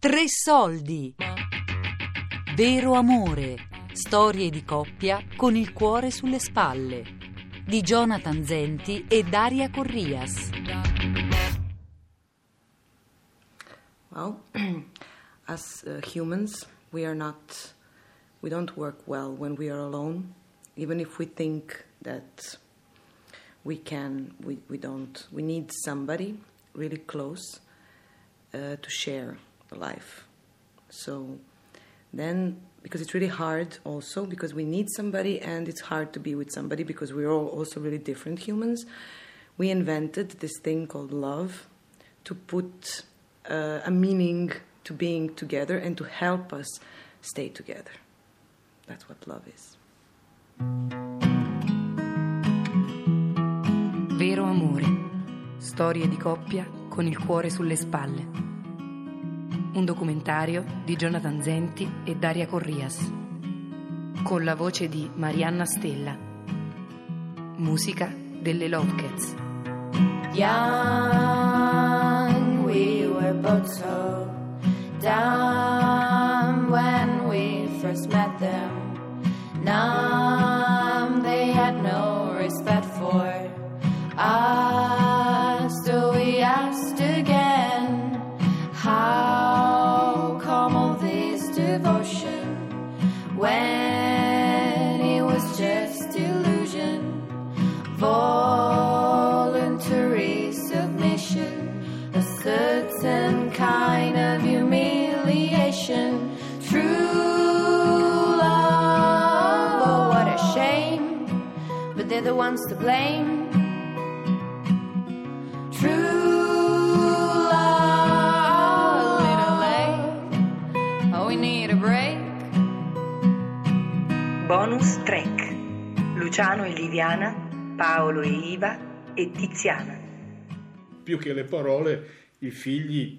Tre soldi. Vero amore. Storie di coppia con il cuore sulle spalle. Di Jonathan Zenti e Daria Corrias. Well, as humans, we don't work well when we are alone. Even if we think that we can, we don't. We need somebody really close to share the life. So then, because it's really hard also, because we need somebody and it's hard to be with somebody because we're all also really different humans, we invented this thing called love to put a meaning to being together and to help us stay together. That's what love is. Vero amore. Storie di coppia con il cuore sulle spalle. Un documentario di Jonathan Zenti e Daria Corrias. Con la voce di Marianna Stella. Musica delle Love Cats. Young, we were both so dumb when we first met them. Numb, they had no respect for us. So we asked again, how come all this devotion when it was just illusion? Voluntary submission, a certain kind of humiliation. True love, oh what a shame, but they're the ones to blame. True love, a little late, oh we need a break. Bonus track. Luciano e Liviana, Paolo e Iva e Tiziana. Più che le parole, i figli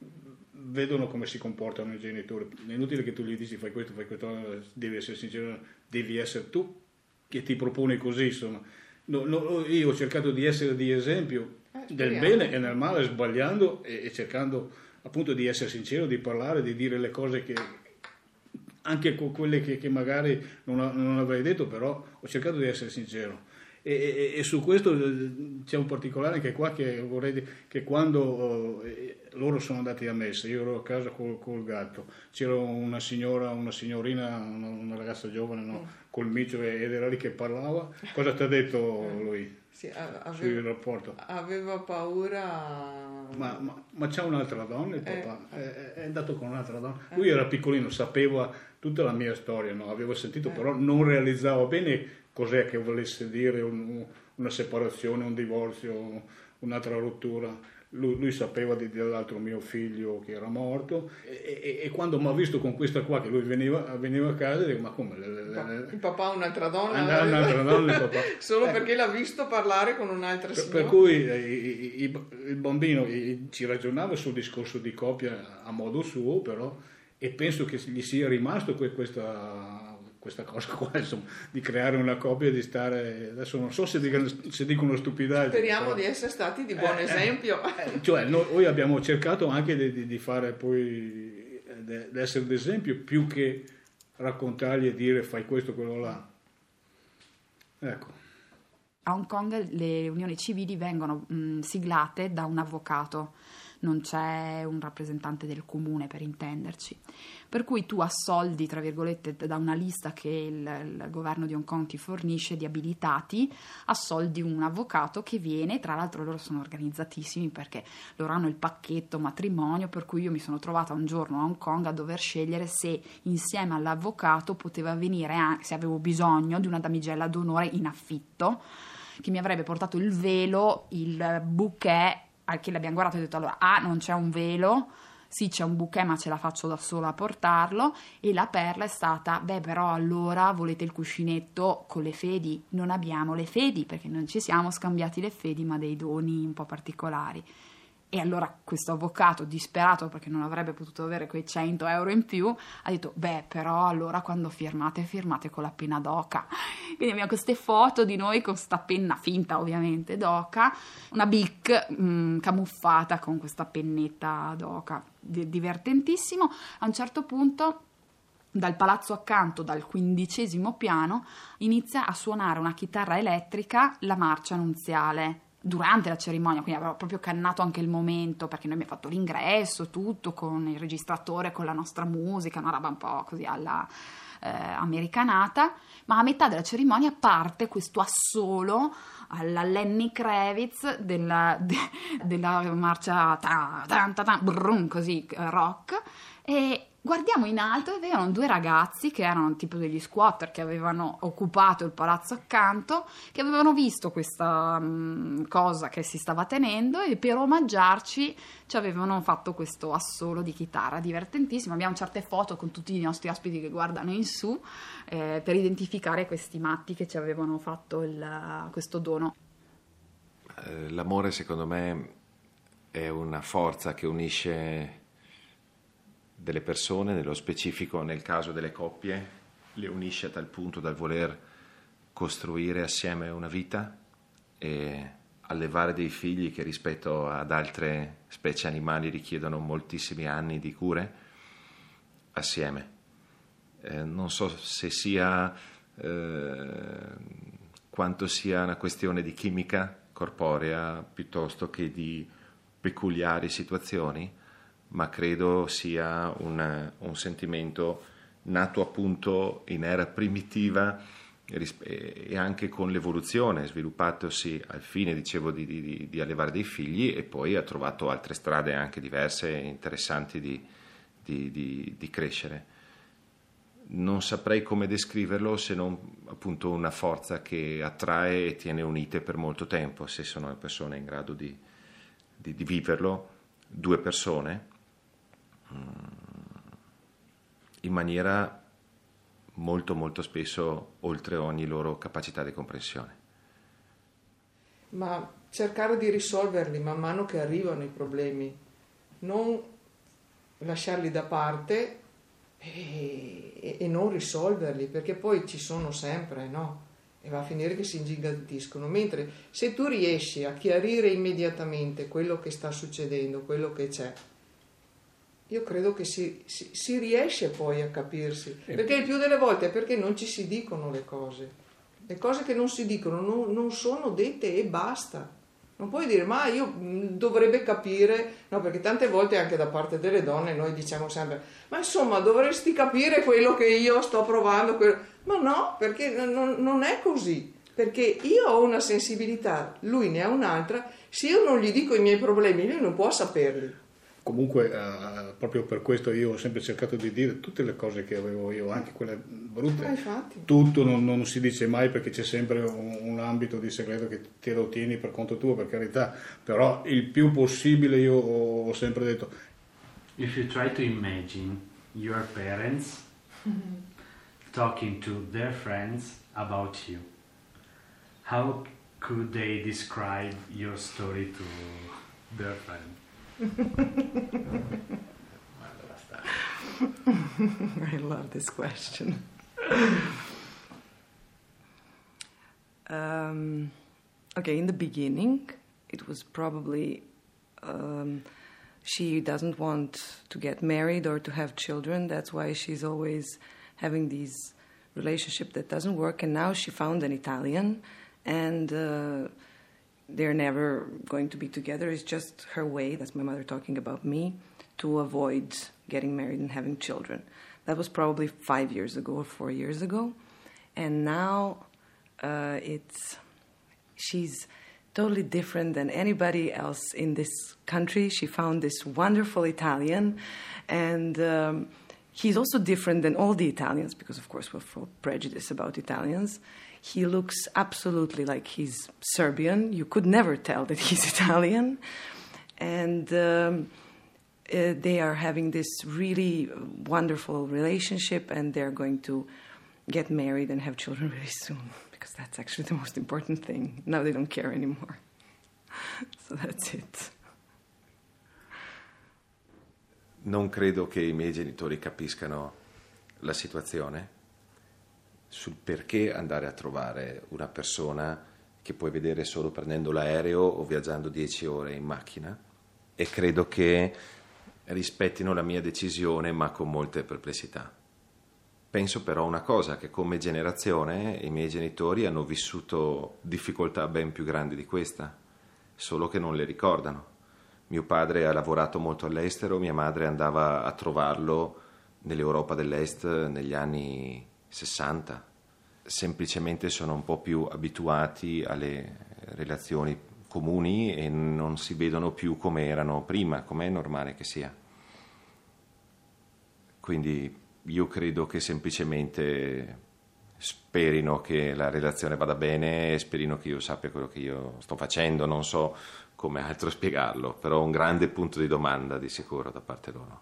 vedono come si comportano i genitori. È inutile che tu gli dici fai questo, devi essere sincero, devi essere tu che ti proponi così, insomma. Io ho cercato di essere di esempio del bene e nel male, sbagliando e cercando appunto di essere sincero, di parlare, di dire le cose che anche con quelle che magari non avrei detto, però ho cercato di essere sincero. E su questo c'è un particolare anche qua che vorrei dire, che quando loro sono andati a messa, io ero a casa col gatto, c'era una signorina, una ragazza giovane, no, col micio, ed era lì che parlava. Cosa ti ha detto lui? Sì, sul rapporto? Aveva paura. Ma c'è un'altra donna, il papà è andato con un'altra donna. Lui era piccolino, sapeva tutta la mia storia, no? Avevo sentito, però non realizzava bene cos'è che volesse dire una separazione, un divorzio, un'altra rottura. Lui sapeva dell'altro mio figlio che era morto, e quando mi ha visto con questa qua, che lui veniva a casa, dico, ma come? Il papà ha un'altra donna? Un'altra donna, il papà. Solo perché l'ha visto parlare con un'altra signora? Per cui il bambino ci ragionava sul discorso di coppia a modo suo, però, e penso che gli sia rimasto questa cosa qua, insomma, di creare una coppia, di stare, adesso non so se dicono stupidaggini. Speriamo però, di essere stati di buon esempio. Cioè noi abbiamo cercato anche di fare poi, di essere d'esempio, più che raccontargli e dire fai questo, quello là. Ecco. A Hong Kong le unioni civili vengono siglate da un avvocato, non c'è un rappresentante del comune, per intenderci, per cui tu assoldi, tra virgolette, da una lista che il governo di Hong Kong ti fornisce di abilitati, assoldi un avvocato che viene, tra l'altro loro sono organizzatissimi perché loro hanno il pacchetto matrimonio, per cui io mi sono trovata un giorno a Hong Kong a dover scegliere se insieme all'avvocato poteva venire, se avevo bisogno di una damigella d'onore in affitto, che mi avrebbe portato il velo, il bouquet, che l'abbiamo guardato e ho detto, allora, non c'è un velo, sì c'è un bouquet ma ce la faccio da sola a portarlo, e la perla è stata, però allora volete il cuscinetto con le fedi? Non abbiamo le fedi perché non ci siamo scambiati le fedi, ma dei doni un po' particolari. E allora questo avvocato, disperato perché non avrebbe potuto avere quei 100 euro in più, ha detto, però allora quando firmate con la penna d'oca. Quindi abbiamo queste foto di noi con questa penna finta ovviamente d'oca, una bic camuffata con questa pennetta d'oca. divertentissimo. A un certo punto, dal palazzo accanto, dal 15° piano, inizia a suonare una chitarra elettrica la marcia nuziale durante la cerimonia, quindi aveva proprio cannato anche il momento, perché noi abbiamo fatto l'ingresso, tutto con il registratore, con la nostra musica, una roba un po' così alla americanata, ma a metà della cerimonia parte questo assolo alla Lenny Kravitz della marcia così rock, e guardiamo in alto e vedevano 2 ragazzi che erano tipo degli squatter che avevano occupato il palazzo accanto, che avevano visto questa cosa che si stava tenendo, e per omaggiarci ci avevano fatto questo assolo di chitarra divertentissimo. Abbiamo certe foto con tutti i nostri ospiti che guardano in su per identificare questi matti che ci avevano fatto questo dono. L'amore, secondo me, è una forza che unisce delle persone, nello specifico nel caso delle coppie, le unisce a tal punto dal voler costruire assieme una vita e allevare dei figli che rispetto ad altre specie animali richiedono moltissimi anni di cure assieme. Non so se sia quanto sia una questione di chimica corporea piuttosto che di peculiari situazioni, ma credo sia un sentimento nato appunto in era primitiva e anche con l'evoluzione, sviluppatosi al fine, dicevo, di allevare dei figli, e poi ha trovato altre strade anche diverse e interessanti di crescere. Non saprei come descriverlo se non appunto una forza che attrae e tiene unite per molto tempo, se sono le persone in grado di viverlo, 2 persone, in maniera molto molto spesso oltre ogni loro capacità di comprensione. Ma cercare di risolverli man mano che arrivano i problemi, non lasciarli da parte e non risolverli, perché poi ci sono sempre, no? E va a finire che si ingigantiscono. Mentre se tu riesci a chiarire immediatamente quello che sta succedendo, quello che c'è, io credo che si riesce poi a capirsi, perché il più delle volte è perché non ci si dicono le cose che non si dicono non sono dette e basta. Non puoi dire ma io dovrebbe capire, no, perché tante volte anche da parte delle donne noi diciamo sempre ma insomma dovresti capire quello che io sto provando, ma no, perché non è così, perché io ho una sensibilità, lui ne ha un'altra, se io non gli dico i miei problemi lui non può saperli. Comunque, proprio per questo io ho sempre cercato di dire tutte le cose che avevo io, anche quelle brutte. Infatti. Tutto non si dice mai, perché c'è sempre un ambito di segreto che te lo tieni per conto tuo, per carità, però il più possibile io ho sempre detto. If you try to imagine your parents talking to their friends about you, how could they describe your story to their friends? I love this question. Okay, in the beginning, it was probably she doesn't want to get married or to have children. That's why she's always having these relationship that doesn't work. And now she found an Italian, and they're never going to be together. It's just her way, that's my mother talking about me, to avoid getting married and having children. That was probably 5 years ago or 4 years ago. And now she's totally different than anybody else in this country. She found this wonderful Italian, and he's also different than all the Italians, because of course we're full of prejudice about Italians. He looks absolutely like he's Serbian. You could never tell that he's Italian. And they are having this really wonderful relationship, and they're going to get married and have children really soon, because that's actually the most important thing. Now they don't care anymore. So that's it. Non credo che i miei genitori capiscano la situazione sul perché andare a trovare una persona che puoi vedere solo prendendo l'aereo o viaggiando 10 ore in macchina, e credo che rispettino la mia decisione, ma con molte perplessità. Penso però una cosa, che come generazione i miei genitori hanno vissuto difficoltà ben più grandi di questa, solo che non le ricordano. Mio padre ha lavorato molto all'estero, mia madre andava a trovarlo nell'Europa dell'Est negli anni 60. Semplicemente sono un po' più abituati alle relazioni comuni e non si vedono più come erano prima, come è normale che sia. Quindi io credo che semplicemente sperino che la relazione vada bene e sperino che io sappia quello che io sto facendo, non so come altro spiegarlo, però un grande punto di domanda di sicuro da parte loro.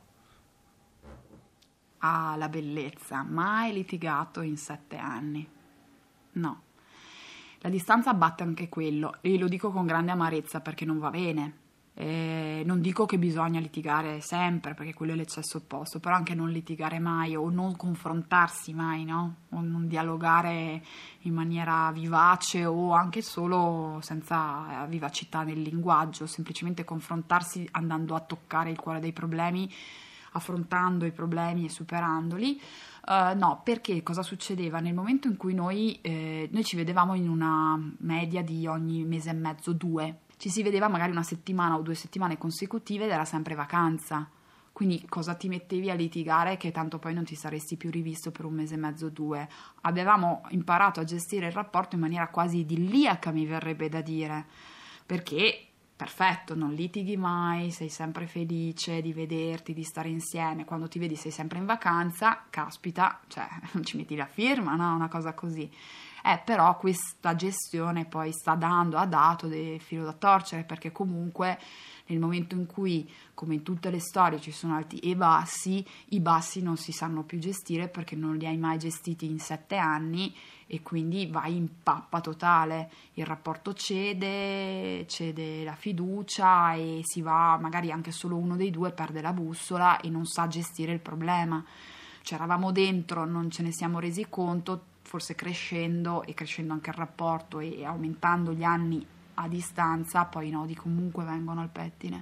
Ah, la bellezza, mai litigato in 7 anni. No, la distanza abbatte anche quello, e lo dico con grande amarezza perché non va bene. Non dico che bisogna litigare sempre, perché quello è l'eccesso opposto, però anche non litigare mai o non confrontarsi mai, no? O non dialogare in maniera vivace o anche solo senza vivacità nel linguaggio, semplicemente confrontarsi andando a toccare il cuore dei problemi, affrontando i problemi e superandoli. No, perché cosa succedeva? Nel momento in cui noi ci vedevamo in una media di ogni mese e mezzo, 2, ci si vedeva magari una settimana o 2 settimane consecutive ed era sempre vacanza. Quindi cosa ti mettevi a litigare che tanto poi non ti saresti più rivisto per un mese e mezzo, 2? Avevamo imparato a gestire il rapporto in maniera quasi idilliaca, mi verrebbe da dire, perché perfetto, non litighi mai, sei sempre felice di vederti, di stare insieme, quando ti vedi sei sempre in vacanza, caspita, cioè non ci metti la firma, no? Una cosa così. Però questa gestione poi ha dato del filo da torcere, perché comunque nel momento in cui, come in tutte le storie, ci sono alti e bassi, i bassi non si sanno più gestire perché non li hai mai gestiti in 7 anni e quindi vai in pappa totale, il rapporto cede la fiducia e si va, magari anche solo uno dei due perde la bussola e non sa gestire il problema. Cioè eravamo dentro, non ce ne siamo resi conto, forse crescendo anche il rapporto e aumentando gli anni a distanza, poi i nodi comunque vengono al pettine.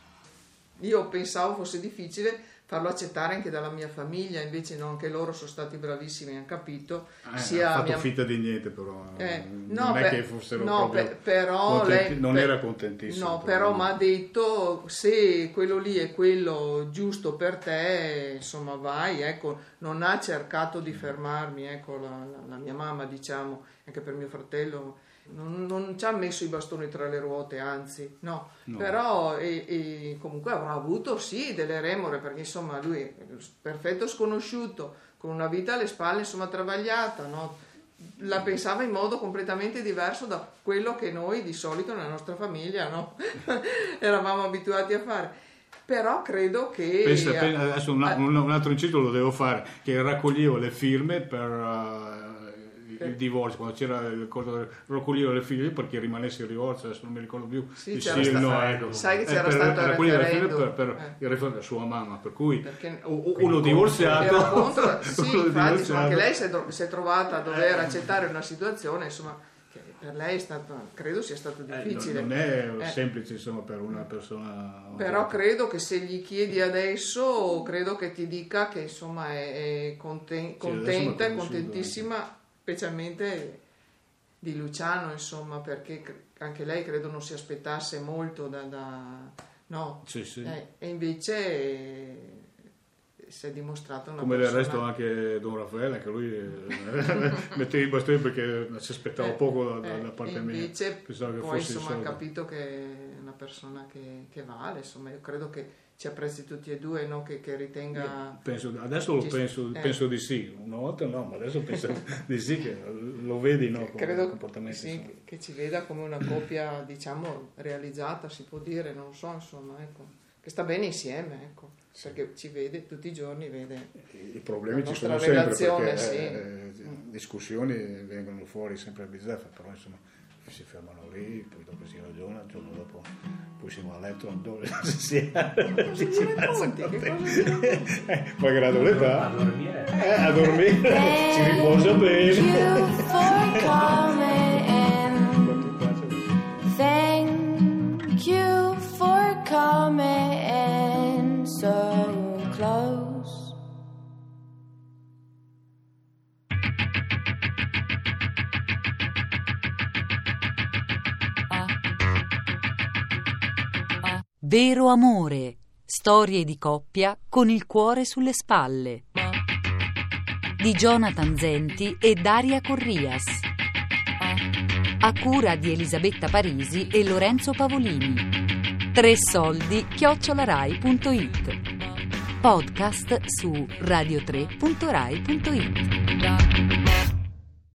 Io pensavo fosse difficile farlo accettare anche dalla mia famiglia, invece no, anche loro sono stati bravissimi, hanno capito. Ha fatto finta di niente, però non è che fossero però non era contentissimo. No, però mi ha detto, se quello lì è quello giusto per te, insomma vai, ecco, non ha cercato di fermarmi, ecco, la mia mamma, diciamo, anche per mio fratello, non ci ha messo i bastoni tra le ruote, anzi, no. Però e comunque avrà avuto sì delle remore, perché insomma lui è perfetto sconosciuto, con una vita alle spalle insomma travagliata, no? La pensava in modo completamente diverso da quello che noi di solito nella nostra famiglia, no? Eravamo abituati a fare. Però credo che adesso un altro inciso lo devo fare, che raccoglievo le firme per il divorzio, quando c'era il cosa, raccoglievo le firme perché rimanesse il divorzio, adesso non mi ricordo più sai che c'era stato il referendum per il referendum sua mamma, per cui uno divorziato sì, infatti insomma, anche lei si è trovata a dover accettare una situazione insomma che per lei è stato, credo sia stato difficile, non è semplice insomma per una persona, però credo che se gli chiedi adesso credo che ti dica che insomma è contenta e contentissima, specialmente di Luciano, insomma, perché anche lei credo non si aspettasse molto no. Sì. E invece si è dimostrato una come persona... del resto anche Don Raffaele, anche lui metteva i bastoni perché si aspettava poco da parte mia, invece pensavo che poi fosse insomma ha capito che è una persona che vale, insomma io credo che ci apprezzi tutti e due, no? Che ritenga... Penso di sì, una volta no, ma adesso penso di sì, che lo vedi, no? Credo comportamenti, sì, che ci veda come una coppia, diciamo, realizzata, si può dire, non so, insomma, ecco, che sta bene insieme, ecco, perché ci vede tutti i giorni, vede i problemi ci sono sempre, perché discussioni vengono fuori sempre a bizzeffe, però insomma si fermano lì, poi dopo si ragiona, il giorno dopo poi siamo a letto dove si poi grado l'età a dormire si riposa bene. Thank you for coming so Vero amore, storie di coppia con il cuore sulle spalle. Di Jonathan Zenti e Daria Corrias. A cura di Elisabetta Parisi e Lorenzo Pavolini. 3soldi@rai.it. Podcast su radio3.rai.it.